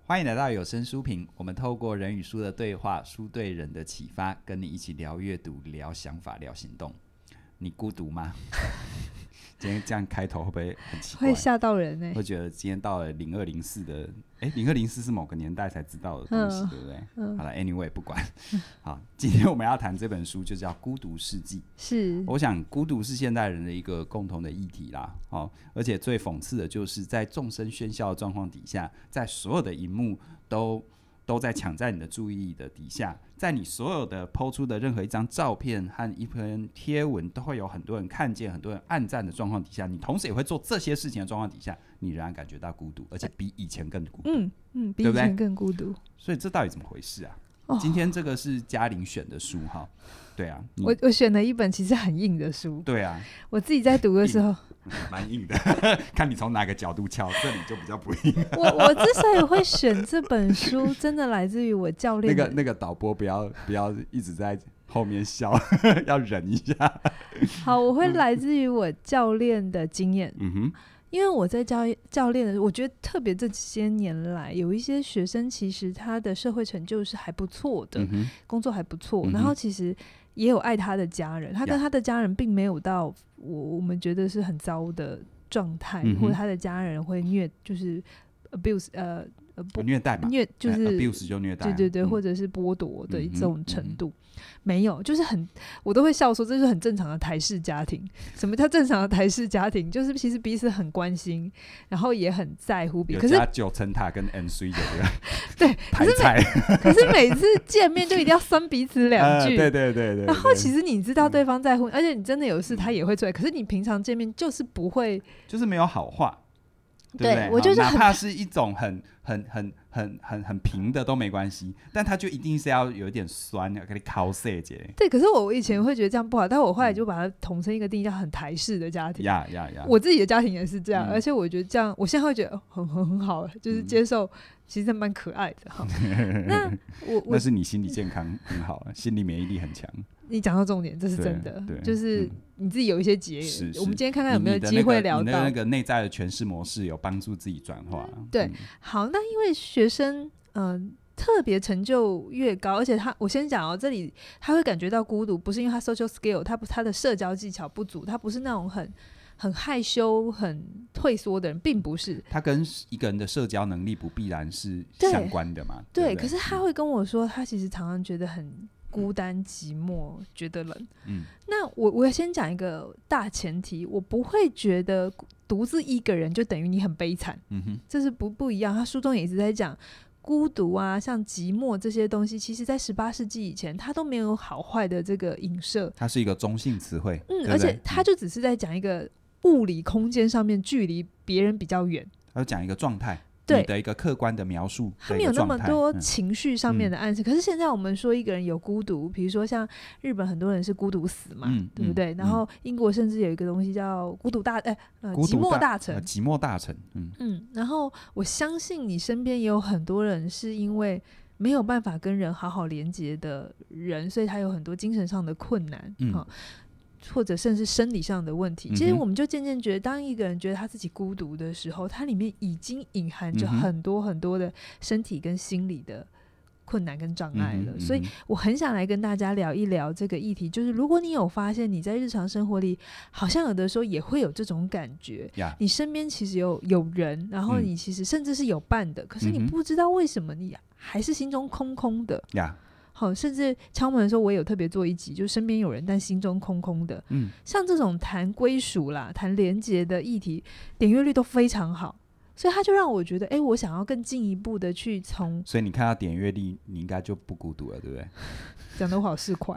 欢迎来到有声书评，我们透过人与书的对话，书对人的启发，跟你一起聊阅读、聊想法、聊行动。你孤独吗？今天这样开头会不会很奇怪？ 会吓到人欸。 会觉得今天到了0204的，0204是某个年代才知道的东西，对不对？好了 ，anyway 不管。好，今天我们要谈这本书就叫《孤独世纪》。 是， 我想孤独是现代人的一个共同的议题啦。而且最讽刺的就是在众声喧嚣的状况底下，在所有的荧幕都在抢在你的注意力的底下，在你所有的 po 出的任何一张照片和一篇贴文都会有很多人看见，很多人按赞的状况底下，你同时也会做这些事情的状况底下，你仍然感觉到孤独，而且比以前更孤独。 比以前更孤独。 所以这到底怎么回事啊？今天这个是嘉玲选的书哈。对啊， 我选了一本其实很硬的书。 对啊， 我自己在读的时候蛮硬的看你从哪个角度敲，这里就比较不硬我之所以会选这本书真的来自于我教练那个导播不要一直在后面笑要忍一下好，我会来自于我教练的经验。因为我在教练的，我觉得特别这些年来，有一些学生其实他的社会成就是还不错的，工作还不错，然后其实也有爱他的家人，他跟他的家人并没有到我们觉得是很糟的状态，或者他的家人会就是 abuse 虐待嘛， 就是 abuse 就虐待， 对，或者是剥夺的这种程度，没有，就是我都会笑说这是很正常的台式家庭。什么叫正常的台式家庭？就是其实彼此很关心，然后也很在乎彼此。 有加9层塔跟 NC 的对， 台菜。 可是每次见面就一定要酸彼此两句。 对。 然后其实你知道对方在乎，而且你真的有事他也会出来，可是你平常见面就是不会， 就是没有好话。对不对？ 我就是哪怕是一种很平的都没关系，但他就一定是要有一点酸，要给你敲碎节。 对，可是我以前会觉得这样不好，但我后来就把它统称一个定义叫很台式的家庭。我自己的家庭也是这样，而且我觉得这样，我现在会觉得很好，就是接受，其实蛮可爱的。 那是你心理健康很好，心理免疫力很强。 你讲到重点，这是真的，就是你自己有一些结语。我们今天看看有没有机会聊到你的那个内在的诠释模式有帮助自己转化。 对，好，那因为学生特别成就越高，而且我先讲这里他会感觉到孤独，不是因为他 social skill 他的社交技巧不足，他不是那种很害羞、很退缩的人，并不是。他跟一个人的社交能力不必然是相关的嘛？对， 可是他会跟我说，他其实常常觉得很孤单寂寞，觉得冷。那我要先讲一个大前提，我不会觉得独自一个人就等于你很悲惨。这是不一样。他书中也一直在讲孤独啊，像寂寞这些东西，其实在18世纪以前它都没有好坏的这个影射， 它是一个中性词汇。 而且它就只是在讲一个物理空间上面距离别人比较远， 它就讲一个状态，你的一个客观的描述， 他没有那么多情绪上面的暗示。可是现在我们说一个人有孤独，比如说像日本很多人是孤独死嘛，对不对？然后英国甚至有一个东西叫寂寞大臣。 寂寞大臣。 然后我相信你身边也有很多人是因为没有办法跟人好好连结的人，所以他有很多精神上的困难。或者甚至生理上的问题。其实我们就渐渐觉得，当一个人觉得他自己孤独的时候，他里面已经隐含着很多很多的身体跟心理的困难跟障碍了。所以我很想来跟大家聊一聊这个议题，就是如果你有发现你在日常生活里好像有的时候也会有这种感觉，你身边其实有人，然后你其实甚至是有伴的，可是你不知道为什么你还是心中空空的。好，甚至敲门的时候我也有特别做一集，就是身边有人但心中空空的。像这种谈归属啦、谈连结的议题，点阅率都非常好，所以他就让我觉得我想要更进一步的去所以你看到点阅率你应该就不孤独了，对不对？ 讲得我好市侩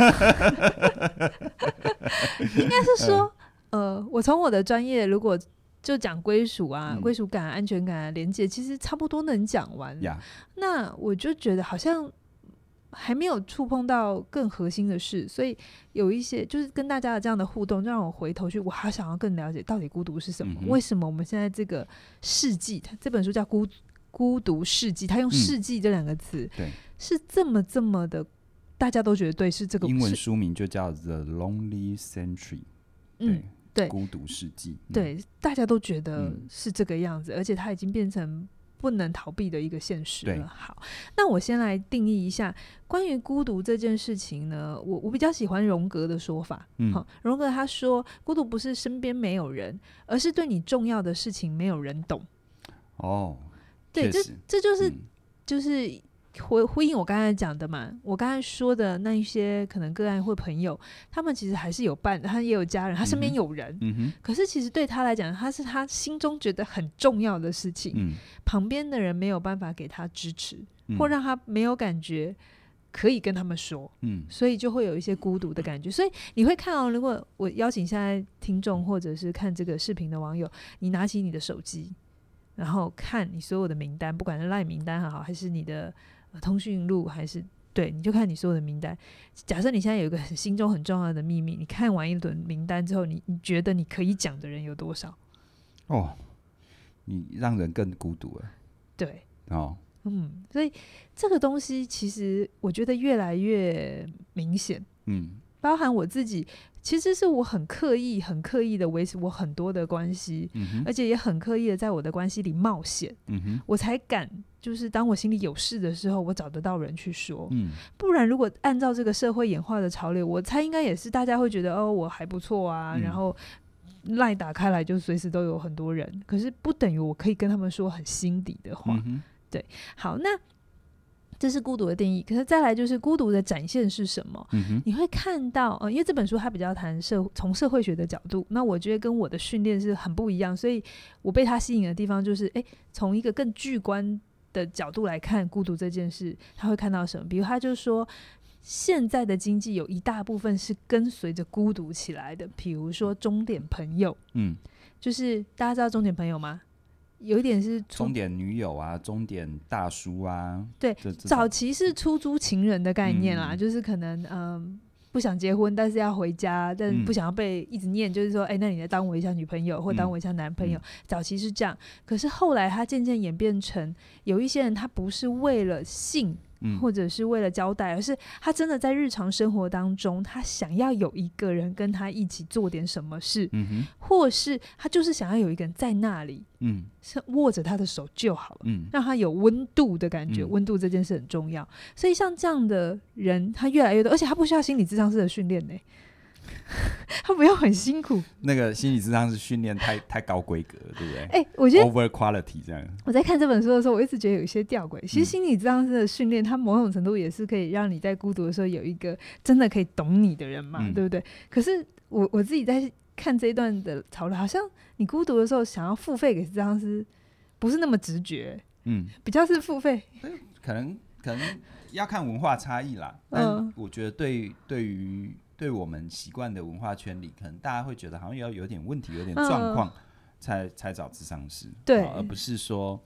应该是说我从我的专业如果就讲归属啊、归属感、安全感、连结，其实差不多能讲完。那我就觉得好像还没有触碰到更核心的事，所以有一些就是跟大家的这样的互动，就让我回头去，我好想要更了解到底孤独是什么。为什么我们现在这个世纪，这本书叫孤独世纪，他用世纪这2个词，是这么的大家都觉得对，是这个英文书名就叫 The Lonely Century。对，孤独世纪。 对，大家都觉得是这个样子，而且它已经变成不能逃避的一个现实对了。好，那我先来定义一下关于孤独这件事情呢，我比较喜欢荣格的说法。荣格他说，孤独不是身边没有人，而是对你重要的事情没有人懂。对，这就是呼应我刚才讲的嘛，我刚才说的那一些可能个案或朋友，他们其实还是有伴，他也有家人，他身边有人，可是其实对他来讲，他是他心中觉得很重要的事情，旁边的人没有办法给他支持，或让他没有感觉可以跟他们说，所以就会有一些孤独的感觉。所以你会看如果我邀请现在听众或者是看这个视频的网友，你拿起你的手机，然后看你所有的名单，不管是 LINE 名单也好，还是你的通讯录，还是对，你就看你所有的名单。假设你现在有一个心中很重要的秘密，你看完一轮名单之后，你觉得你可以讲的人有多少？ 你让人更孤独了。 对，所以这个东西其实我觉得越来越明显。包含我自己，其实是我很刻意的维持我很多的关系，而且也很刻意的在我的关系里冒险，我才敢就是当我心里有事的时候，我找得到人去说。不然如果按照这个社会演化的潮流，我猜应该也是大家会觉得我还不错啊，然后LINE打开来就随时都有很多人，可是不等于我可以跟他们说很心底的话。对，好，那这是孤独的定义。可是再来就是孤独的展现是什么？你会看到因为这本书它比较谈从社会学的角度，那我觉得跟我的训练是很不一样，所以我被它吸引的地方就是从一个更巨观的角度来看孤独这件事，他会看到什么？比如他就说现在的经济有一大部分是跟随着孤独起来的，比如说钟点朋友，就是大家知道钟点朋友吗？有一点是钟点女友啊，钟点大叔啊， 对，早期是出租情人的概念啦，就是可能不想结婚，但是要回家，但不想要被一直念，就是说那你来当我一下女朋友或当我一下男朋友，早期是这样。可是后来他渐渐演变成有一些人他不是为了性或者是为了交代，而是他真的在日常生活当中他想要有一个人跟他一起做点什么事，或是他就是想要有一个人在那里，是握着他的手就好了，让他有温度的感觉，温度这件事很重要。所以像这样的人他越来越多，而且他不需要心理咨商师的训练他不要很辛苦。 那个心理咨商师训练太高规格了，对不对？ 我觉得 over quality 这样。 我在看这本书的时候，我一直觉得有一些吊诡。其实心理咨商师的训练，它某种程度也是可以让你在孤独的时候有一个真的可以懂你的人嘛，对不对？可是我自己在看这一段的讨论，好像你孤独的时候想要付费给咨商师，不是那么直觉，比较是付费。 可能要看文化差异啦，但我觉得对我们习惯的文化圈里，可能大家会觉得好像要有点问题、有点状况才找咨商师， 对， 而不是说，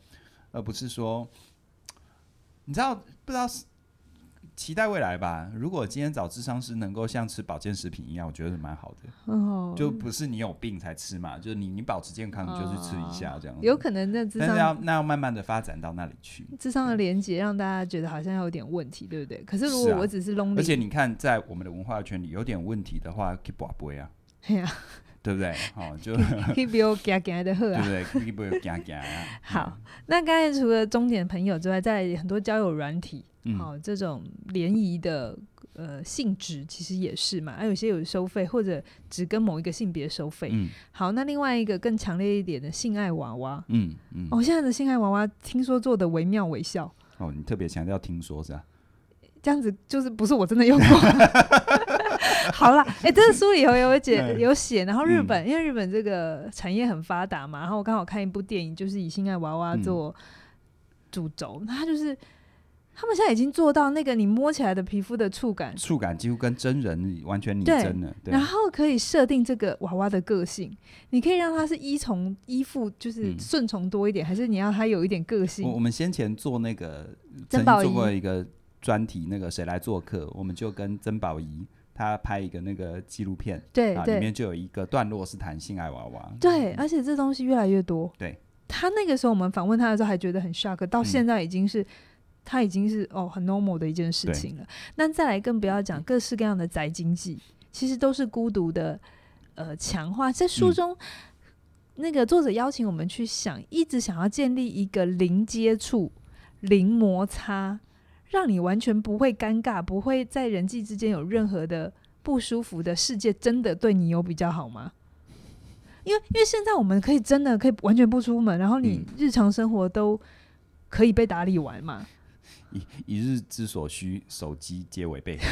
你知道不知道？期待未来吧。如果今天找咨商师能够像吃保健食品一样，我觉得蛮好的。就不是你有病才吃嘛，就是你保持健康，你就去吃一下这样子。 有可能那咨商， 但是要慢慢的发展到那里去。 咨商的连结让大家觉得好像有点问题，对不对？可是如果我只是 lonely，而且你看，在我们的文化圈里，有点问题的话，可以拔杯啊。对不对？就可以不要夹夹的喝啊， 对不对？可以不要夹夹啊。 好，那刚才除了钟点朋友之外，在很多交友软体，这种联谊的性质其实也是嘛，有些有收费，或者只跟某一个性别收费。好，那另外一个更强烈一点的性爱娃娃，现在的性爱娃娃听说做的惟妙惟肖。 你特别强调听说是吧？ 这样子就是不是我真的用过。好啦，这个书里有写，然后日本，因为日本这个产业很发达嘛，然后我刚好看一部电影，就是以性爱娃娃做主轴，他就是他们现在已经做到那个你摸起来的皮肤的触感几乎跟真人完全拟真了，对， 然后可以设定这个娃娃的个性，你可以让它是依附，就是顺从多一点，还是你要它有一点个性。 我们先前做那个曾经做过一个专题，那个谁来做客，我们就跟曾宝仪他拍一个那个纪录片， 对， 里面就有一个段落是谈性爱娃娃， 对，而且这东西越来越多。 对， 他那个时候我们访问他的时候还觉得很 shock， 到现在他已经是很 normal 的一件事情了。那再来更不要讲各式各样的宅经济，其实都是孤独的强化。在书中那个作者邀请我们去想，一直想要建立一个零接触、零摩擦，让你完全不会尴尬，不会在人际之间有任何的不舒服的世界，真的对你有比较好吗？因为现在我们真的可以完全不出门，然后你日常生活都可以被打理完嘛。 一日之所需，手机皆为备。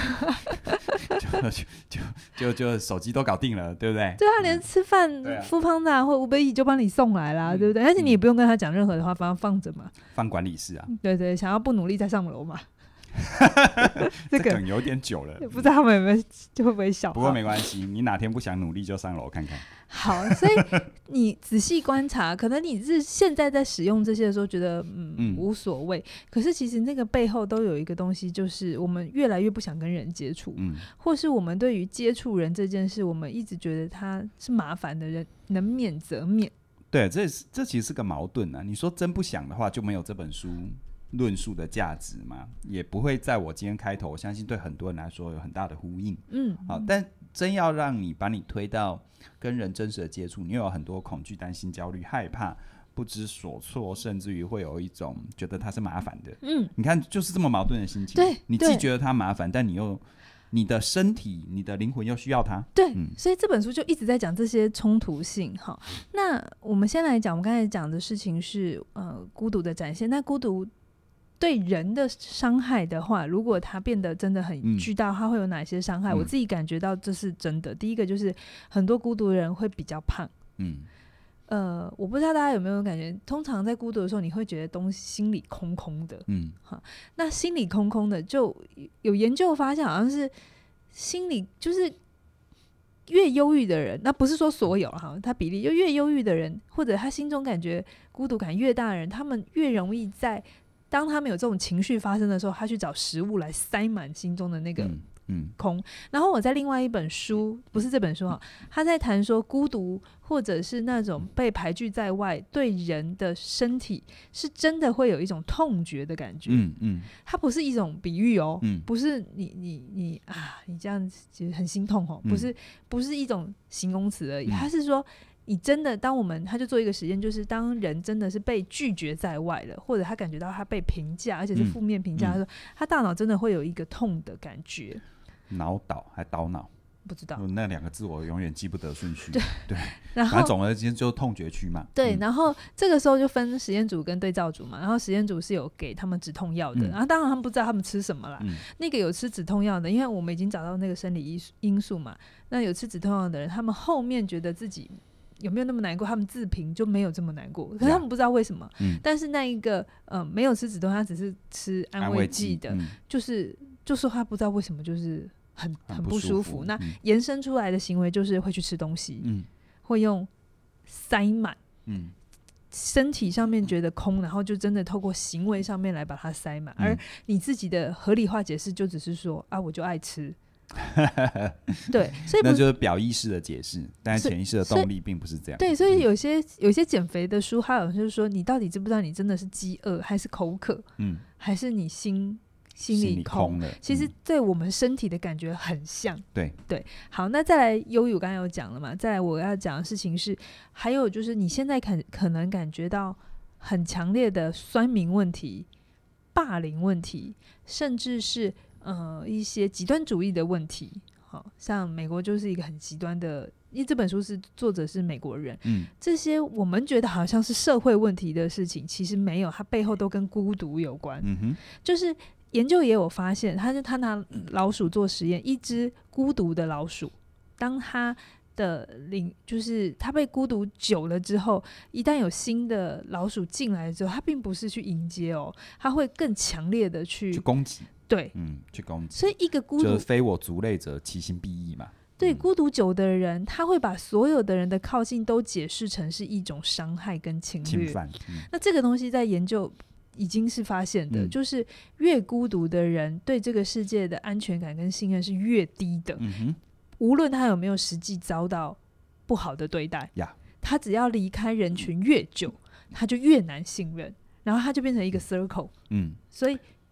就手机都搞定了，对不对？ 对啊，连吃饭Foodpanda或 Uber Eats 就帮你送来啦，对不对？而且你也不用跟他讲任何的话，放着嘛， 放管理室啊。 对对，想要不努力再上楼嘛。 这梗有点久了， 不知道他们有没有就会不会笑。 不过没关系，你哪天不想努力就上楼看看。 好，所以你仔细观察，可能你是现在在使用这些的时候觉得无所谓，可是其实那个背后都有一个东西，就是我们越来越不想跟人接触，或是我们对于接触人这件事，我们一直觉得它是麻烦的，人能免则免。 对，这其实是个矛盾啊。你说真不想的话，就没有这本书论述的价值嘛，也不会在我今天开头，我相信对很多人来说有很大的呼应。好，但真要让你把你推到跟人真实的接触，你又有很多恐惧、担心、焦虑、害怕、不知所措，甚至于会有一种觉得它是麻烦的。你看，就是这么矛盾的心情。 对， 你既觉得它麻烦，但你的身体、你的灵魂又需要它。 对，所以这本书就一直在讲这些冲突性。好，那我们先来讲，我们刚才讲的事情是孤独的展现。那孤独对人的伤害的话，如果它变得真的很巨大，它会有哪些伤害？我自己感觉到这是真的。第一个就是很多孤独的人会比较胖。我不知道大家有没有感觉，通常在孤独的时候，你会觉得心里空空的。那心里空空的，就有研究发现，好像是心里就是越忧郁的人，那不是说所有哈，他比例就越忧郁的人，或者他心中感觉孤独感越大的人，他们越容易在当他们有这种情绪发生的时候，他去找食物来塞满心中的那个空。然后我在另外一本书，不是这本书哈，他在谈说孤独或者是那种被排拒在外，对人的身体是真的会有一种痛觉的感觉。它不是一种比喻哦，不是你这样子其实很心痛哦，不是一种形容词而已，它是说。你真的他就做一个实验，就是当人真的是被拒绝在外了，或者他感觉到他被评价，而且是负面评价的时候，他大脑真的会有一个痛的感觉。 脑倒还倒脑？ 不知道那两个字我永远记不得顺序。 对，然后反正总而言之就是痛觉区嘛。 对，然后这个时候就分实验组跟对照组嘛，然后实验组是有给他们止痛药的，然后当然他们不知道他们吃什么啦。那个有吃止痛药的，因为我们已经找到那个生理因素嘛，那有吃止痛药的人，他们后面觉得自己有没有那么难过，他们自评就没有这么难过，可是他们不知道为什么。但是那一个没有吃止痛，他只是吃安慰剂的，就说他不知道为什么就是很不舒服。那延伸出来的行为就是会去吃东西，会用塞满，身体上面觉得空，然后就真的透过行为上面来把它塞满。而你自己的合理化解释就只是说我就爱吃。对，所以那就是表意识的解释，但是潜意识的动力并不是这样。 对，所以有些减肥的书，还有就是说，你到底知不知道你真的是饥饿，还是口渴，还是你心里空了？ 其实对我们身体的感觉很像。 对， 好，那再来忧郁，我刚才有讲了嘛？再来我要讲的事情是，还有就是你现在可能感觉到很强烈的酸民问题、霸凌问题，甚至是一些极端主义的问题。好像美国就是一个很极端的，因为这本书是作者是美国人，这些我们觉得好像是社会问题的事情，其实没有，它背后都跟孤独有关。就是研究也有发现，他拿老鼠做实验，一只孤独的老鼠，当它的就是它被孤独久了之后，一旦有新的老鼠进来之后，它并不是去迎接哦，它会更强烈的去攻击。 对， 去攻击。 所以一个孤独就是非我族类者，其心必异嘛。 对，孤独久的人，他会把所有的人的靠近都解释成是一种伤害跟侵犯。 那这个东西在研究已经是发现的，就是越孤独的人对这个世界的安全感跟信任是越低的。无论他有没有实际遭到不好的对待，他只要离开人群越久，他就越难信任，然后他就变成一个 circle。所以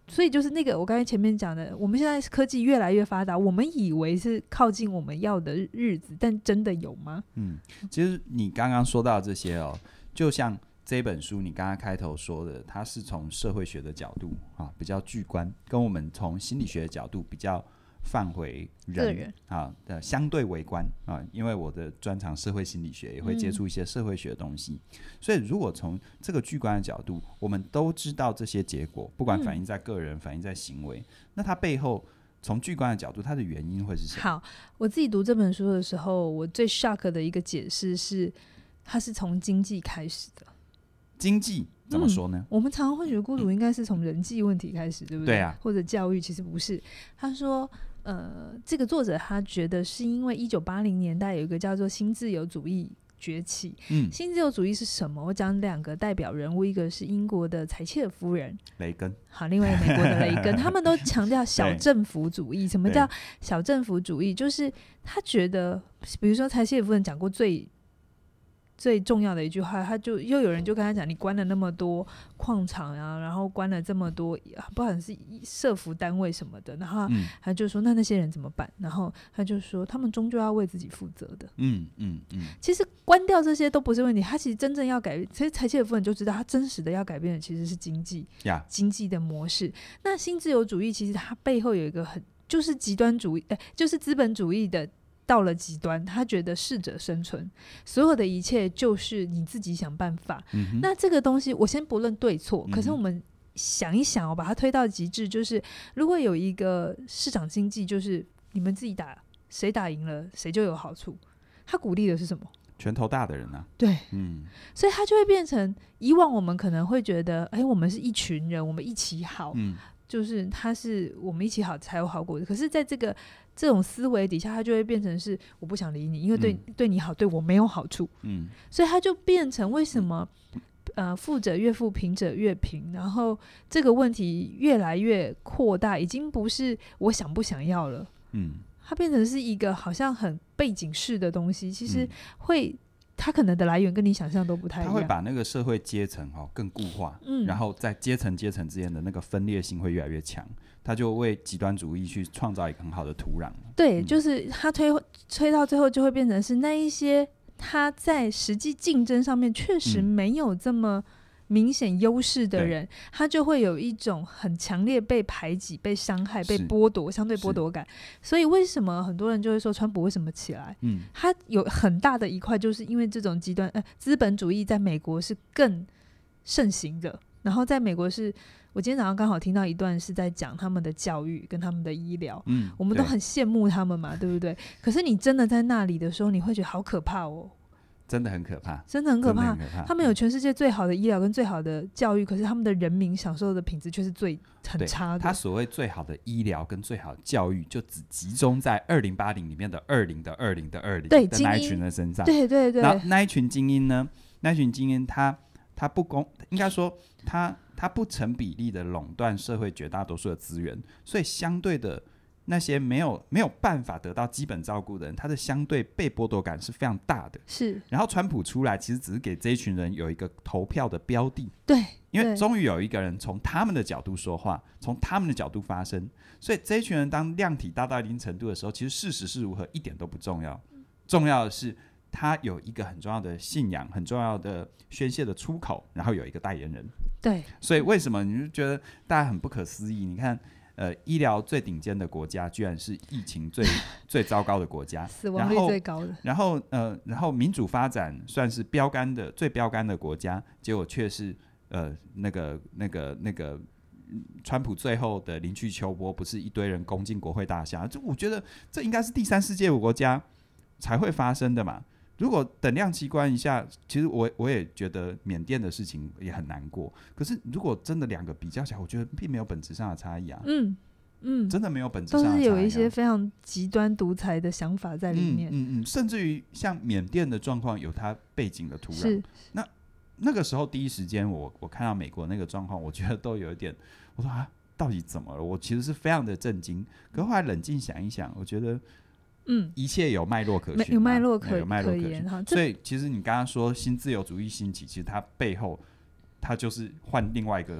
所以就是那个我刚才前面讲的，我们现在科技越来越发达，我们以为是靠近我们要的日子，但真的有吗？ 其实你刚刚说到这些哦，就像这本书你刚刚开头说的，它是从社会学的角度比较巨观，跟我们从心理学的角度比较放回人的相对微观因为我的专长社会心理学，也会接触一些社会学的东西，所以如果从这个巨观的角度，我们都知道这些结果，不管反映在个人，反映在行为，那它背后从巨观的角度，它的原因会是什么？ 好，我自己读这本书的时候，我最 shock 的一个解释是，它是从经济开始的。 经济怎么说呢？ 我们常常会觉得孤独应该是从人际问题开始，对不对？ 对啊， 或者教育，其实不是。他说，这个作者他觉得是因为1980年代有一个叫做新自由主义崛起。新自由主义是什么？我讲两个代表人物，一个是英国的柴契尔夫人， 雷根， 好，另外一个美国的雷根，他们都强调小政府主义。什么叫小政府主义？就是他觉得，比如说柴契尔夫人讲过最重要的一句话，又有人就跟他讲，你关了那么多矿场啊，然后关了这么多不管是社福单位什么的，然后他就说那些人怎么办？然后他就说他们终究要为自己负责的。其实关掉这些都不是问题，他其实真正要改变，其实柴契尔夫人就知道他真实的要改变的其实是经济的模式。那新自由主义其实它背后有一个就是极端主义，就是资本主义的到了极端，他觉得适者生存，所有的一切就是你自己想办法。那这个东西我先不论对错，可是我们想一想把它推到极致，就是如果有一个市场经济，就是你们自己打，谁打赢了谁就有好处，他鼓励的是什么？ 拳头大的人啊。 对，所以他就会变成以往我们可能会觉得我们是一群人，我们一起好，就是他是我们一起好才有好果子。可是在这种思维底下，他就会变成是我不想理你，因为对你好对我没有好处。所以他就变成为什么富者越富，贫者越贫，然后这个问题越来越扩大，已经不是我想不想要了，它变成是一个好像很背景式的东西，其实它可能的来源跟你想象都不太一样。 它会把那个社会阶层更固化，然后在阶层之间的那个分裂性会越来越强，它就为极端主义去创造一个很好的土壤。 对，就是它推到最后就会变成是那一些它在实际竞争上面确实没有这么明显优势的人，他就会有一种很强烈被排挤、被伤害、被剥夺、相对剥夺感。所以为什么很多人就会说川普为什么起来？他有很大的一块就是因为这种极端资本主义在美国是更盛行的，然后在美国是我今天早上刚好听到一段是在讲他们的教育跟他们的医疗，我们都很羡慕他们嘛，对不对？可是你真的在那里的时候，你会觉得好可怕哦。 真的很可怕， 真的很可怕。他们有全世界最好的医疗跟最好的教育，可是他们的人民享受的品质却是很差的。 他所谓最好的医疗跟最好的教育，就只集中在2080里面的20的20的20的那一群人身上。 对对对。 然后那一群精英呢？那一群精英他不应该说他不成比例的垄断社会绝大多数的资源，所以相对的。那些没有办法得到基本照顾的人，他的相对被剥夺感是非常大的。 是， 然后川普出来，其实只是给这一群人有一个投票的标的。 对， 因为终于有一个人从他们的角度说话，从他们的角度发声，所以这一群人当量体大到一定程度的时候，其实事实是如何一点都不重要，重要的是他有一个很重要的信仰，很重要的宣泄的出口，然后有一个代言人。 对， 所以为什么你就觉得大家很不可思议？你看。医疗最顶尖的国家，居然是疫情最糟糕的国家， 死亡率最高的。 然后民主发展算是最标杆的国家，结果却是那个川普最后的临去秋波，不是一堆人攻进国会大厦？就我觉得这应该是第三世界国家才会发生的嘛。如果等量齐观一下，其实我也觉得缅甸的事情也很难过。可是如果真的两个比较起来，我觉得并没有本质上的差异啊。真的没有本质上的差异， 都是有一些非常极端独裁的想法在里面。 甚至于像缅甸的状况有它背景的土壤。那个时候第一时间我看到美国那个状况，我觉得都有一点，我说到底怎么了？我其实是非常的震惊。可后来冷静想一想，我觉得。一切有脉络可循， 有脉络可言。所以其实你刚刚说新自由主义兴起，其实它背后它就是换另外一个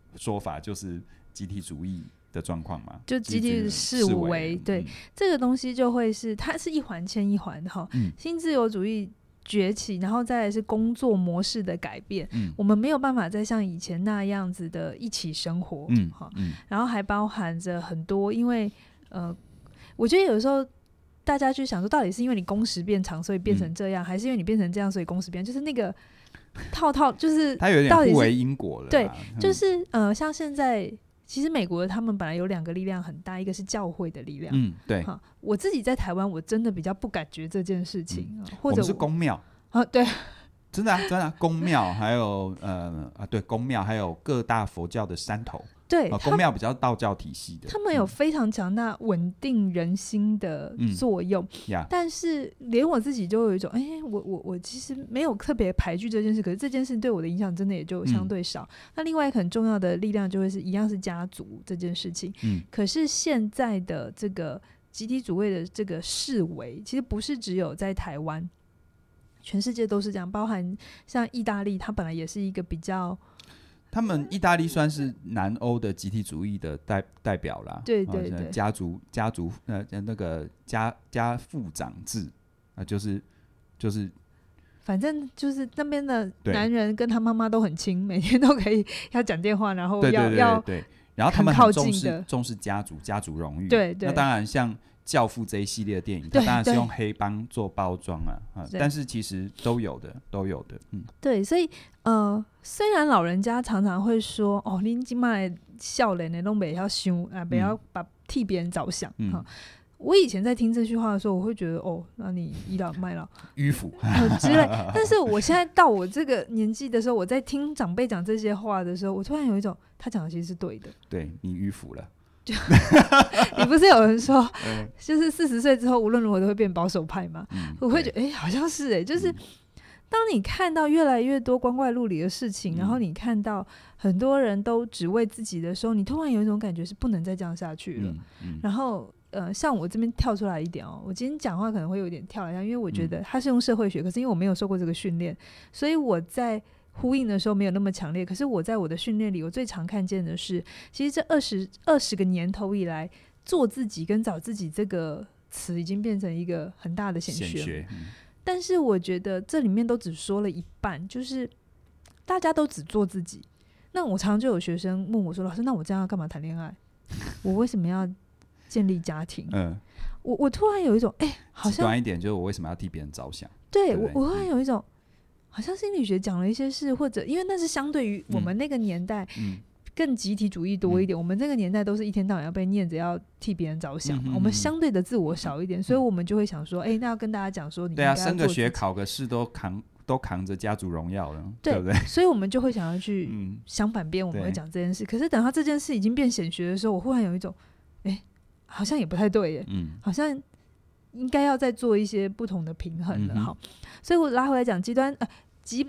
说法就是集体主义的状况嘛， 就集体视为对、这个东西就会是它是一环牵一环哈、新自由主义崛起，然后再来是工作模式的改变、我们没有办法再像以前那样子的一起生活、然后还包含着很多，因为我觉得有时候大家去想说，到底是因为你工时变长所以变成这样，还是因为你变成这样所以工时变，就是那个套就是它有点互为因果了。 对，就是像现在其实美国他们本来有2个力量很大，一个是教会的力量， 对。 我自己在台湾我真的比较不感觉这件事情，或者我们是公庙对， 真的真的公庙，还有对，公庙还有各大佛教的山头。 对， 公庙比较道教体系的， 他们有非常强大稳定人心的作用、但是连我自己就有一种我其实没有特别排拒这件事，可是这件事对我的影响真的也就相对少、那另外一个很重要的力量就会是一样是家族这件事情、可是现在的这个集体主义的这个视为其实不是只有在台湾，全世界都是这样，包含像意大利，它本来也是一个比较， 他们意大利算是南欧的集体主义的代表啦。 对对对， 家族那个家父长制就是反正就是那边的男人跟他妈妈都很亲，每天都可以要讲电话，然后要对，然后他们很重视家族荣誉。对，那当然像教父这一系列的电影，它当然是用黑帮做包装但是其实都有的。 对，所以虽然老人家常常会说你现在的少年的都不要想不要替别人着想我以前在听这句话的时候，我会觉得那你倚老卖老迂腐之类但是我现在到我这个年纪的时候，我在听长辈讲这些话的时候，我突然有一种他讲的其实是对的。对， 你迂腐了你不是有人说就是40岁之后无论如何都会变保守派吗？我会觉得好像是就是当你看到越来越多光怪陆离的事情，然后你看到很多人都只为自己的时候，你突然有一种感觉是不能再这样下去了。然后像我这边跳出来一点我今天讲话可能会有点跳一下，因为我觉得他是用社会学，可是因为我没有受过这个训练，所以我在呼应的时候没有那么强烈。可是我在我的训练里，我最常看见的是，其实这20个年头以来，做自己跟找自己这个词已经变成一个很大的显学。但是我觉得这里面都只说了一半，就是大家都只做自己。那我常常就有学生问我说，老师，那我这样要干嘛谈恋爱？我为什么要建立家庭？我突然有一种好像极端一点，就是我为什么要替别人着想？ 对，我突然有一种好像心理学讲了一些事，或者因为那是相对于我们那个年代更集体主义多一点，我们这个年代都是一天到晚要被念着要替别人着想嘛，我们相对的自我少一点，所以我们就会想说那要跟大家讲说你应该要做自己。对啊， 升个学考个试都扛着家族荣耀了， 对不对？ 所以我们就会想要去相反边，我们会讲这件事。可是等到这件事已经变显学的时候，我忽然有一种好像也不太对耶，好像应该要再做一些不同的平衡了。好，所以我拉回来讲极端集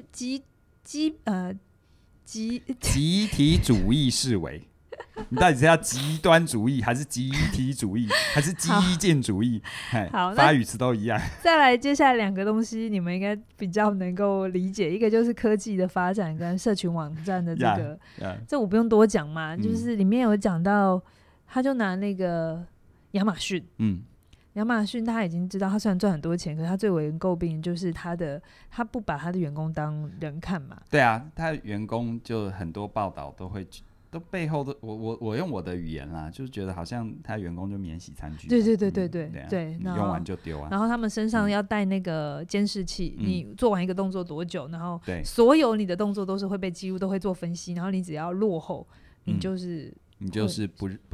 体主义视为你到底是要极端主义还是集体主义还是激进主义？好，发语词都一样。 再来接下来2个东西你们应该比较能够理解，一个就是科技的发展跟社群网站的这个这我不用多讲嘛，就是里面有讲到他就拿那个亚马逊亚马逊大家已经知道，他虽然赚很多钱，可是他最为人诟病就是他不把他的员工当人看嘛。 对啊，他的员工就很多报道都背后都我用我的语言啦，就是觉得好像他员工就免洗餐具。 对， 用完就丢啊。 然后他们身上要带那个监视器，你做完一个动作多久，然后所有你的动作都是会被记录，都会做分析，然后你只要落后，你就是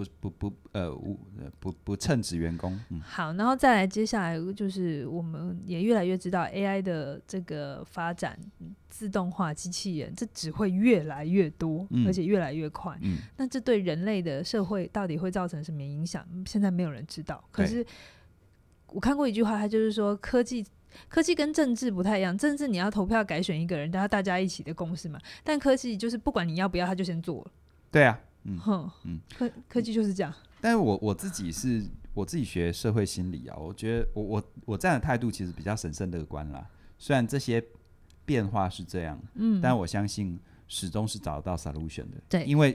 不称职员工。 好，然后再来接下来就是我们也越来越知道 AI 的这个发展，自动化机器人这只会越来越多，而且越来越快。那这对人类的社会到底会造成什么影响？现在没有人知道。可是我看过一句话，他就是说科技跟政治不太一样，政治你要投票改选一个人，大家一起的共识嘛。但科技就是不管你要不要，他就先做了。 对啊。 科技就是这样。 但是我自己学社会心理我觉得我站的态度其实比较审慎乐观啦。虽然这些变化是这样，但我相信始终是找得到 solution 的。 对， 因为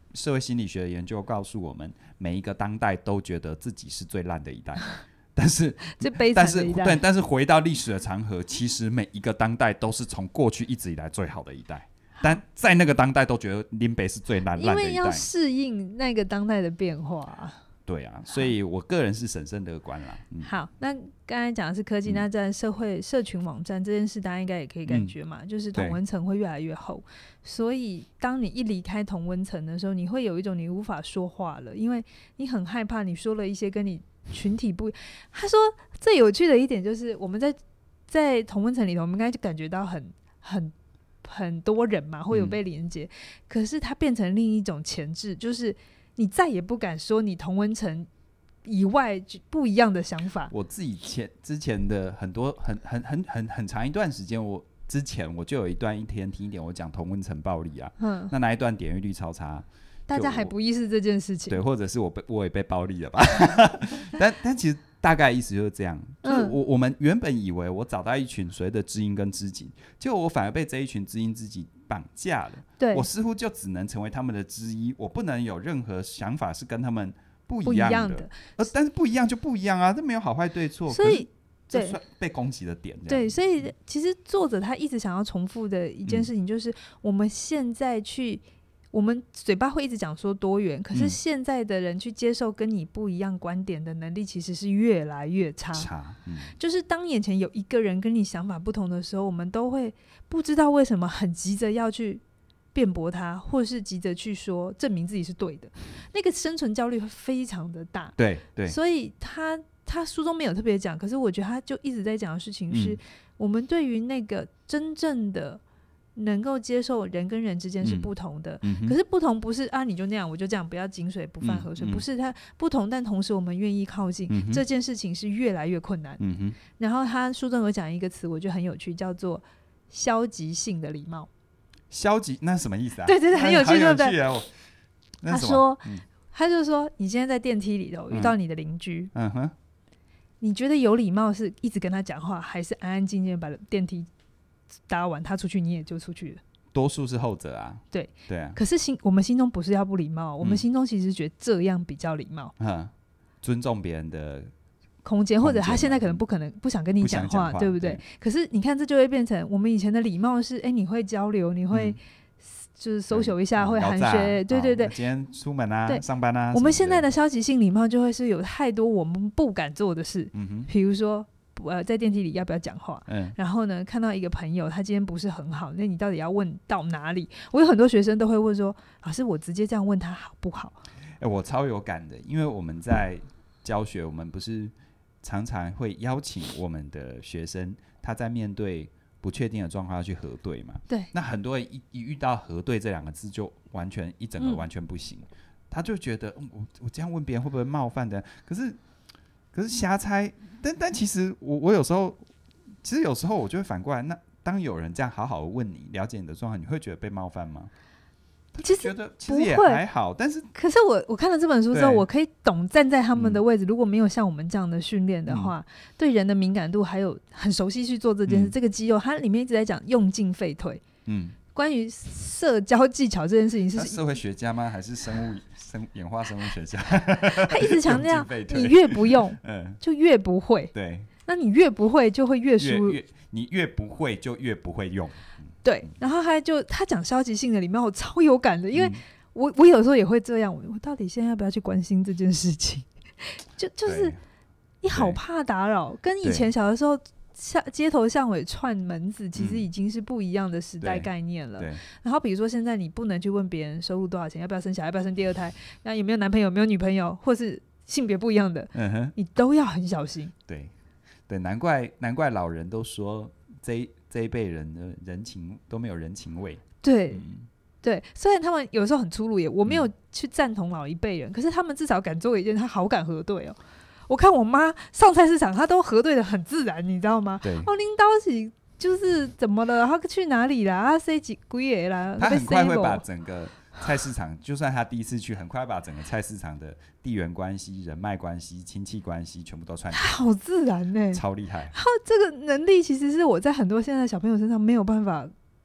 社会心理学的研究告诉我们，每一个当代都觉得自己是最烂的一代，但是最悲惨的一代。 但是回到历史的长河，其实每一个当代都是从过去一直以来最好的一代，但在那个当代都觉得林北是最烂的一代， 因为要适应那个当代的变化。 对啊，所以我个人是审慎乐观啦。 好，那刚才讲的是科技，那在社群网站这件事，大家应该也可以感觉嘛，就是同温层会越来越厚，所以当你一离开同温层的时候，你会有一种你无法说话了，因为你很害怕你说了一些跟你群体不。他说最有趣的一点就是我们在同温层里头，我们应该就感觉到很多人嘛，会有被连接，可是它变成另一种前置，就是你再也不敢说你同温层以外不一样的想法。 我自己之前的很长一段时间，之前我就有一段一天听一点，我讲同温层暴力啊，那一段点阅率超差， 大家还不意识这件事情， 对，或者是我也被暴力了吧但其实大概意思就是这样，就是我们原本以为我找到一群所谓的知音跟知己，结果我反而被这一群知音知己绑架了。对，我似乎就只能成为他们的之一，我不能有任何想法是跟他们不一样的。但是不一样就不一样啊，这没有好坏对错，所以这算被攻击的点。 对，所以其实作者他一直想要重复的一件事情，就是我们现在我们嘴巴会一直讲说多元，可是现在的人去接受跟你不一样观点的能力其实是越来越差。就是当眼前有一个人跟你想法不同的时候，我们都会不知道为什么很急着要去辩驳他，或是急着去说证明自己是对的，那个生存焦虑会非常的大。对，所以他书中没有特别讲，可是我觉得他就一直在讲的事情是，我们对于那个真正的能够接受人跟人之间是不同的，可是不同不是啊你就那样我就这样，不要井水不犯河水，不是，它不同，但同时我们愿意靠近，这件事情是越来越困难。然后他书中有讲一个词，我觉得很有趣，叫做消极性的礼貌。消极那是什么意思啊？对，很有趣，对不对？他就说你今天在电梯里头遇到你的邻居，你觉得有礼貌是一直跟他讲话，还是安安静静把电梯搭完，他出去你也就出去了？多数是后者啊。对啊。可是我们心中不是要不礼貌，我们心中其实觉得这样比较礼貌，尊重别人的空间，或者他现在可能不想跟你讲话，对不对？可是你看，这就会变成我们以前的礼貌是，你会交流，你会就是social一下，会寒暄，对，今天出门啊，上班啊。我们现在的消极性礼貌就会是有太多我们不敢做的事，比如说在电梯里要不要讲话，然后呢看到一个朋友他今天不是很好，那你到底要问到哪里？我有很多学生都会问说，老师我直接这样问他好不好？我超有感的，因为我们在教学，我们不是常常会邀请我们的学生他在面对不确定的状况要去核对嘛。对，那很多人一遇到核对这两个字就完全一整个完全不行，他就觉得我这样问别人会不会冒犯的？可是瞎猜，但其实我有时候我就会反过来，那当有人这样好好的问你，了解你的状况，你会觉得被冒犯吗？其实也还好，但是可是我看了这本书之后，我可以懂站在他们的位置，如果没有像我们这样的训练的话，对人的敏感度还有很熟悉去做这件事，这个肌肉它里面一直在讲用进废退。关于社交技巧这件事情是社会学家吗？还是演化生物学家？他一直强调你越不用就越不会，对，那你越不会就会越输入，你越不会就越不会用。对，然后他讲消极性的礼貌，我超有感的，因为我有时候也会这样，我到底现在要不要去关心这件事情？就是你好怕打扰，跟以前小的时候街头巷尾串门子其实已经是不一样的时代概念了。然后比如说现在你不能去问别人收入多少钱，要不要生小孩，要不要生第二胎，那有没有男朋友，有没有女朋友，或是性别不一样的，你都要很小心。对，难怪老人都说这一辈人的人情都没有人情味。对，虽然他们有时候很粗鲁，我没有去赞同老一辈人，可是他们至少敢做一件，他好敢核对哦。我看我妈上菜市场，她都核对的很自然，你知道吗？拎刀起就是怎么了？她去哪里啦？塞几个啦？她很快会把整个菜市场，就算他第一次去，很快把整个菜市场的地缘关系、人脉关系、亲戚关系全部都串起来，好自然超厉害。这个能力其实是我在很多现在的小朋友身上没有办法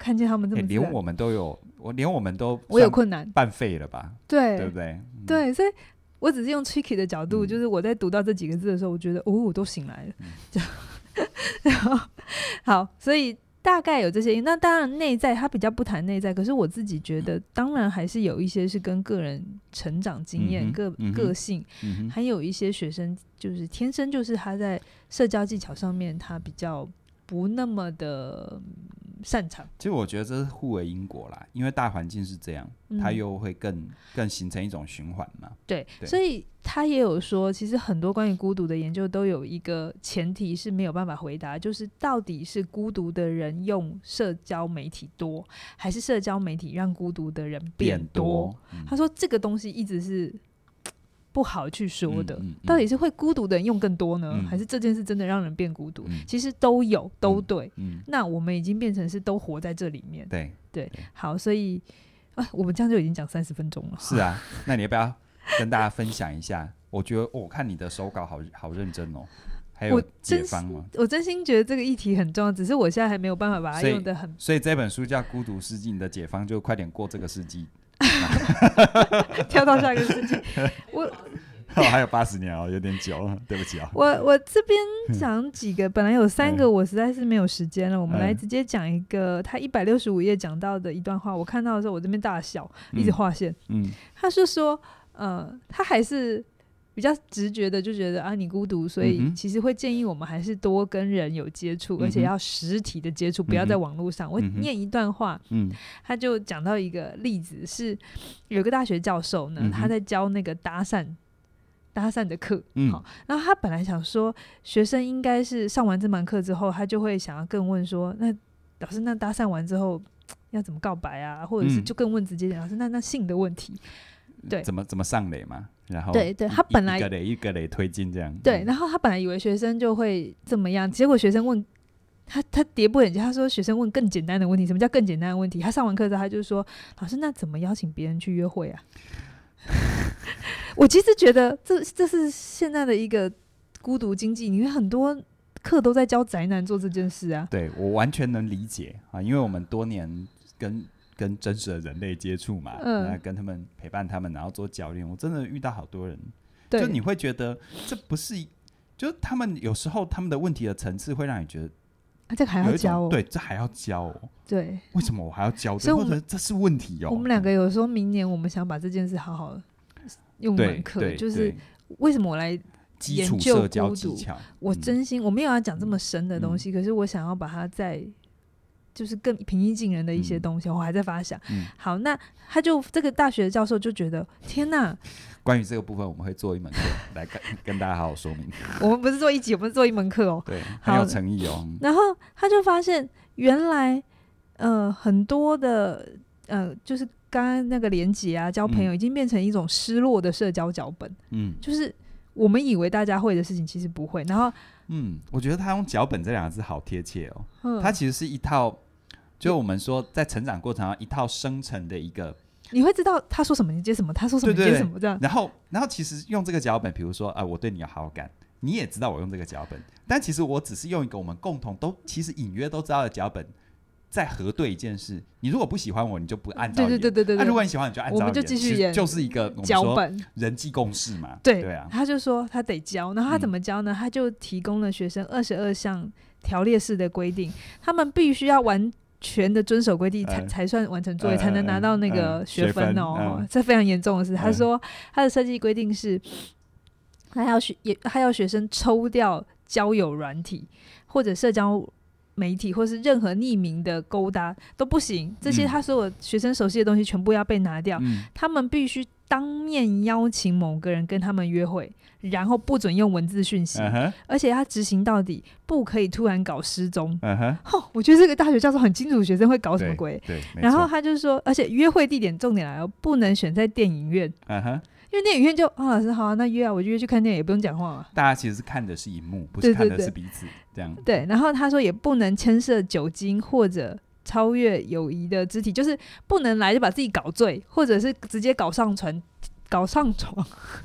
看见他们这么自然， 连我们都有，连我们都我有困难半废了吧？ 对对不对？ 对，所以我只是用 tricky 的角度，就是我在读到这几个字的时候，我觉得我都醒来了，这样然后好，所以大概有这些。那当然内在他比较不谈内在，可是我自己觉得当然还是有一些是跟个人成长经验、个性，还有一些学生就是天生就是他在社交技巧上面他比较不那么的擅长。 其实我觉得这是互为因果啦，因为大环境是这样，它又会更形成一种循环嘛。 对，所以他也有说，其实很多关于孤独的研究都有一个前提是没有办法回答，就是到底是孤独的人用社交媒体多，还是社交媒体让孤独的人变多？他说这个东西一直是不好去说的，到底是会孤独的人用更多呢，还是这件事真的让人变孤独？其实都有，都对。那我们已经变成是都活在这里面。对，好，所以我们这样就已经讲30分钟了。 是啊，那你要不要跟大家分享一下？我觉得我看你的手稿好认真哦，还有解方吗？ 我真心觉得这个议题很重要，只是我现在还没有办法把它用得很。 所以这本书叫《孤独世纪》，你的解方就快点过这个世纪。 跳到下一个世纪， 还有80年哦，有点久，对不起哦。 我这边讲几个，本来有3个，我实在是没有时间了。我们来直接讲一个，他165页讲到的一段话，我看到的时候我这边大笑，一直划线。他是说，他还是比较直觉的就觉得啊，你孤独，所以其实会建议我们还是多跟人有接触，而且要实体的接触，不要在网络上。我念一段话，他就讲到一个例子，是有个大学教授呢，他在教那个搭讪的课，好，然后他本来想说学生应该是上完这门课之后，他就会想要更问说，那老师，那搭讪完之后要怎么告白啊，或者是就更问直接点，老师，那性的问题，对，怎么上垒嘛，然后对，他本来一个垒推进这样， 对，然后他本来以为学生就会这么样，结果学生问他跌破眼镜，他说学生问更简单的问题。什么叫更简单的问题？他上完课之后他就说，老师，那怎么邀请别人去约会啊？我其实觉得这是现在的一个孤独经济，因为很多课都在教宅男做这件事啊。 对，我完全能理解啊，因为我们多年跟真实的人类接触嘛，跟他们陪伴他们，然后做教练，我真的遇到好多人，就你会觉得这不是，就他们有时候他们的问题的层次会让你觉得， 这个还要教哦， 对，这还要教哦， 对， 为什么我还要教这？或者这是问题哦。 我们2个有时候明年我们想把这件事好好用门课，就是为什么我来研究孤独？我真心我没有要讲这么深的东西，可是我想要把它在就是更平易近人的一些东西，我还在发想。好，那他就这个大学的教授就觉得，天哪！ 关于这个部分，我们会做一门课来跟大家好好说明。 我们不是做1集，我们是做一门课哦。 对，很有诚意哦。 然后他就发现，原来很多的就是刚刚那个连结啊，交朋友已经变成一种失落的社交脚本。就是我们以为大家会的事情，其实不会。然后， 我觉得他用脚本这2个字好贴切哦。它其实是一套，就我们说在成长过程中一套生成的一个。 你会知道他说什么你接什么，他说什么你接什么，这样。 然后其实用这个脚本，比如说我对你有好感，你也知道我用这个脚本，但其实我只是用一个我们共同都其实隐约都知道的脚本，在核对一件事。你如果不喜欢我，你就不按照演。对。如果你喜欢，你就按照演。 我们就继续演， 就是一个脚本人际共识嘛。对啊。 他就说他得教，然后他怎么教呢？他就提供了学生22项条列式的规定，他们必须要完全的遵守规定才算完成作业，才能拿到那个学分哦。这非常严重的事。他说他的设计规定是，他要学生抽掉交友软体或者社交媒体或是任何匿名的勾搭都不行，这些他所有学生熟悉的东西全部要被拿掉。他们必须当面邀请某个人跟他们约会，然后不准用文字讯息，而且他执行到底，不可以突然搞失踪。我觉得这个大学教授很清楚学生会搞什么鬼。 对， 然后他就说，而且约会地点重点来了，不能选在电影院。因为电影院就老师好那约啊，我就约去看电影，也不用讲话嘛。 大家其实是看的是荧幕，不是看的是彼此，这样。 对，然后他说也不能牵涉酒精或者超越友谊的肢体，就是不能来就把自己搞醉，或者是直接搞上床。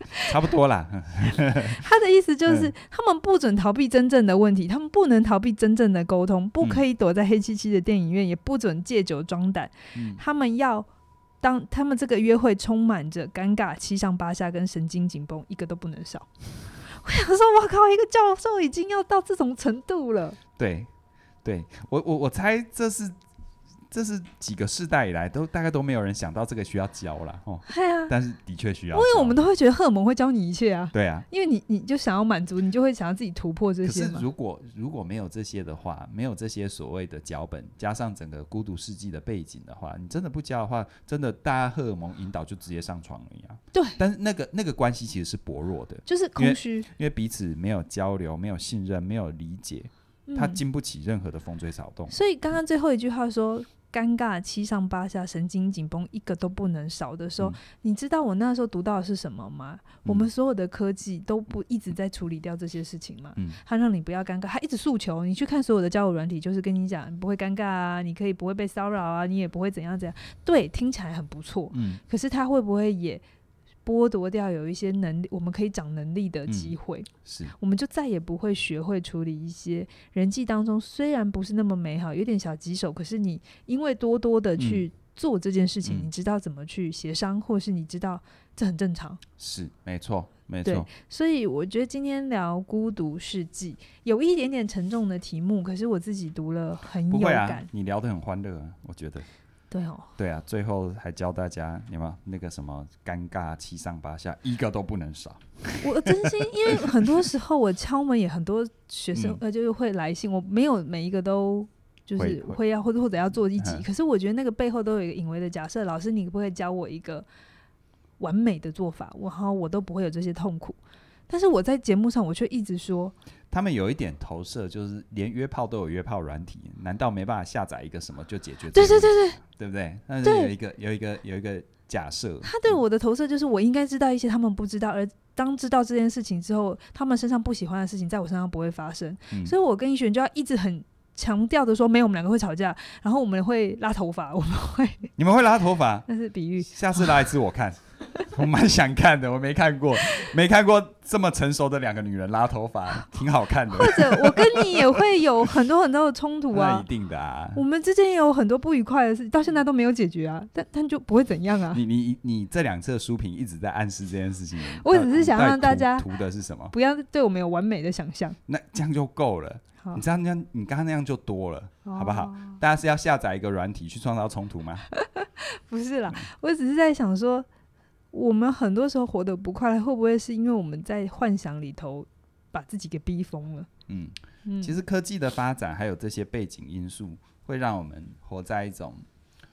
差不多啦。 他的意思就是他们不准逃避真正的问题，他们不能逃避真正的沟通，不可以躲在黑漆漆的电影院，也不准借酒装胆。他们要当他们这个约会充满着尴尬、七上八下跟神经紧绷，一个都不能少。我想说哇靠，一个教授已经要到这种程度了。 对，我猜这是几个世代以来大概都没有人想到这个需要教啦。但是的确需要教， 因为我们都会觉得荷尔蒙会教你一切啊。 对啊， 因为你就想要满足，你就会想要自己突破这些嘛。 可是如果没有这些的话，没有这些所谓的脚本，加上整个孤独世纪的背景的话，你真的不教的话，真的大家荷尔蒙引导就直接上床了一样。 对， 但是那个关系其实是薄弱的， 就是空虚， 因为彼此没有交流，没有信任，没有理解，他经不起任何的风吹草动。 所以刚刚最后一句话说尴尬七上八下神经紧绷一个都不能少的时候，你知道我那时候读到的是什么吗？我们所有的科技都不一直在处理掉这些事情吗？它让你不要尴尬，它一直诉求你去看所有的交友软体，就是跟你讲你不会尴尬啊，你可以不会被骚扰啊，你也不会怎样怎样。对，听起来很不错，可是它会不会也剥夺掉有一些能力，我们可以长能力的机会， 是我们就再也不会学会处理一些人际当中虽然不是那么美好，有点小棘手，可是你因为多多的去做这件事情，你知道怎么去协商，或是你知道这很正常。 是没错没错。 对， 所以我觉得今天聊孤独世纪有一点点沉重的题目，可是我自己读了很有感。 不会啊，你聊得很欢乐啊，我觉得。 对哦， 对啊，最后还教大家有没有那个什么尴尬七上八下，一个都不能少。 我真心，因为很多时候我敲门也很多学生就是会来信，我没有每一个都就是会要或者要做一集，可是我觉得那个背后都有一个隐微的假设，老师你可不可以教我一个完美的做法，我都不会有这些痛苦。但是我在节目上我却一直说他们有一点投射，就是连约炮都有约炮软体，难道没办法下载一个什么就解决这个问题？对不对？但是有一个假设， 他对我的投射就是我应该知道一些他们不知道，而当知道这件事情之后，他们身上不喜欢的事情在我身上不会发生，所以我跟一璇就要一直很强调的说，没有，我们两个会吵架，然后我们会拉头发， 你们会拉头发？ 那是比喻， 下次拉一次我看。我蛮想看的，我没看过这么成熟的两个女人拉头发，挺好看的。 或者我跟你也会有很多很多的冲突啊， 那一定的啊。 我们之间也有很多不愉快的事，到现在都没有解决啊，但就不会怎样啊。 你这两次的书评一直在暗示这件事情， 我只是想让大家图的是什么？ 不要对我们有完美的想象， 那这样就够了。你这样，你刚刚那样就多了，好不好？大家是要下载一个软体去创造冲突吗？ 不是啦，我只是在想说，我们很多时候活得不快乐，会不会是因为我们在幻想里头把自己给逼疯了？ 其实科技的发展还有这些背景因素，会让我们活在一种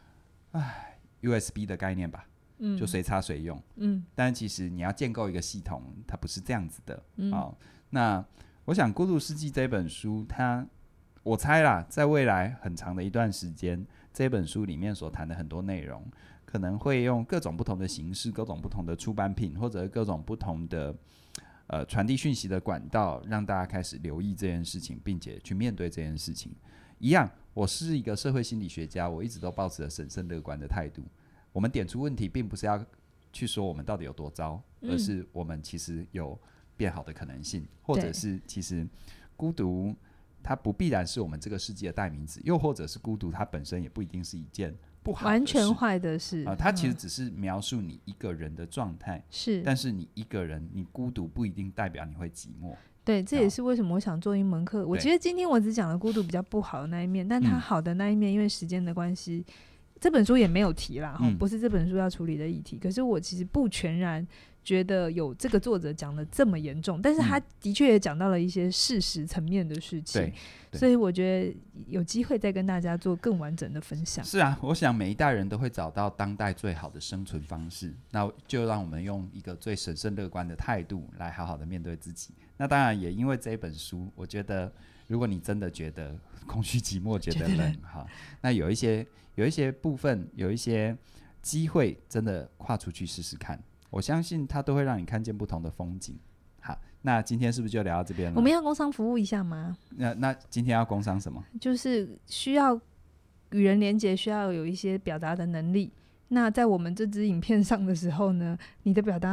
USB 的概念吧，就随插随用。但其实你要建构一个系统，它不是这样子的。那我想《孤独世纪》这本书，我猜啦，在未来很长的一段时间，这本书里面所谈的很多内容，可能会用各种不同的形式、各种不同的出版品，或者各种不同的传递讯息的管道，让大家开始留意这件事情，并且去面对这件事情。一样，我是一个社会心理学家，我一直都抱持着审慎乐观的态度。我们点出问题，并不是要去说我们到底有多糟，而是我们其实有变好的可能性，或者是其实孤独它不必然是我们这个世界的代名词，又或者是孤独它本身也不一定是一件不好的事， 完全坏的事它其实只是描述你一个人的状态，是，但是你一个人你孤独不一定代表你会寂寞。 对，这也是为什么我想做一门课。我觉得今天我只讲了孤独比较不好的那一面，但它好的那一面，因为时间的关系，这本书也没有提啦，不是这本书要处理的议题。可是我其实不全然觉得有这个作者讲的这么严重，但是他的确也讲到了一些事实层面的事情，所以我觉得有机会再跟大家做更完整的分享。 是啊，我想每一代人都会找到当代最好的生存方式，那就让我们用一个最审慎乐观的态度来好好的面对自己。那当然也因为这一本书，我觉得如果你真的觉得空虚寂寞觉得冷那有一些部分有一些机会真的跨出去试试看，我相信它都会让你看见不同的风景。好，那今天是不是就聊到这边了？ 我们要工商服务一下吗？ 那今天要工商什么？ 就是需要与人连结，需要有一些表达的能力。那在我们这支影片上的时候呢，你的表达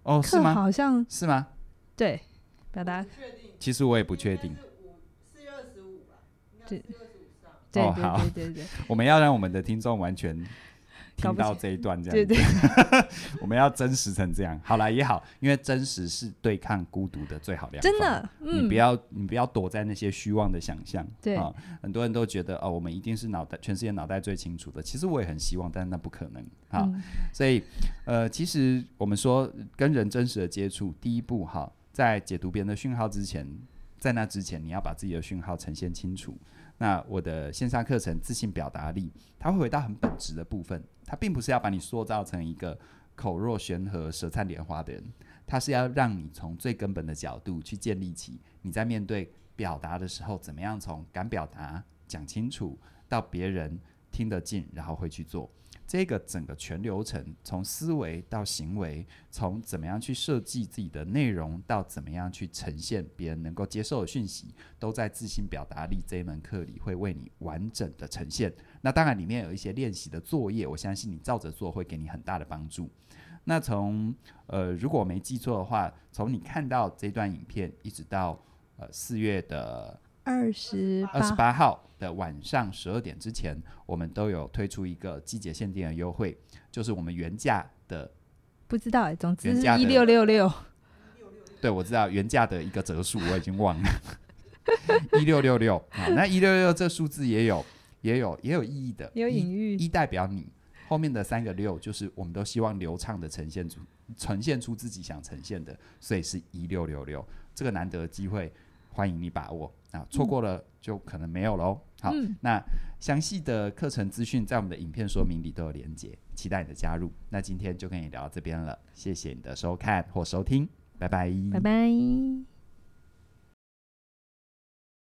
哦，是吗？ 好像是吗？ 对，表达其实我也不确定。 4月25吧，应该对 4月25上。 对哦好对对对对， 我们要让我们的听众完全听到这一段这样子， 对对我们要真实成这样。好啦也好，因为真实是对抗孤独的最好良方。 真的， 你不要躲在那些虚妄的想象。 对很多人都觉得我们一定是全世界脑袋最清楚的。其实我也很希望，但是那不可能啊。所以其实我们说跟人真实的接触，第一步在解读别人的讯号之前，在那之前你要把自己的讯号呈现清楚。那我的线上课程自信表达力，它会回到很本质的部分，它并不是要把你塑造成一个口若悬河舌灿莲花的人，它是要让你从最根本的角度去建立起你在面对表达的时候怎么样从敢表达讲清楚到别人听得进然后会去做，这个整个全流程，从思维到行为，从怎么样去设计自己的内容到怎么样去呈现别人能够接受的讯息，都在自信表达力这一门课里会为你完整的呈现。那当然里面有一些练习的作业，我相信你照着做会给你很大的帮助。那从如果我没记错的话，从你看到这段影片一直到4月的28号的晚上12点之前，我们都有推出一个季节限定的优惠，就是我们原价的， 不知道总之是1666。 对，我知道原价的一个折数我已经忘了1666。那1666这数字也有意义的， 也有隐喻， 一代表你，后面的3个6就是我们都希望流畅的呈现出自己想呈现的，所以是1666。这个难得的机会欢迎你把握错过了就可能没有咯。好，那详细的课程资讯在我们的影片说明里都有连结，期待你的加入。那今天就跟你聊到这边了，谢谢你的收看或收听，拜拜， 拜拜。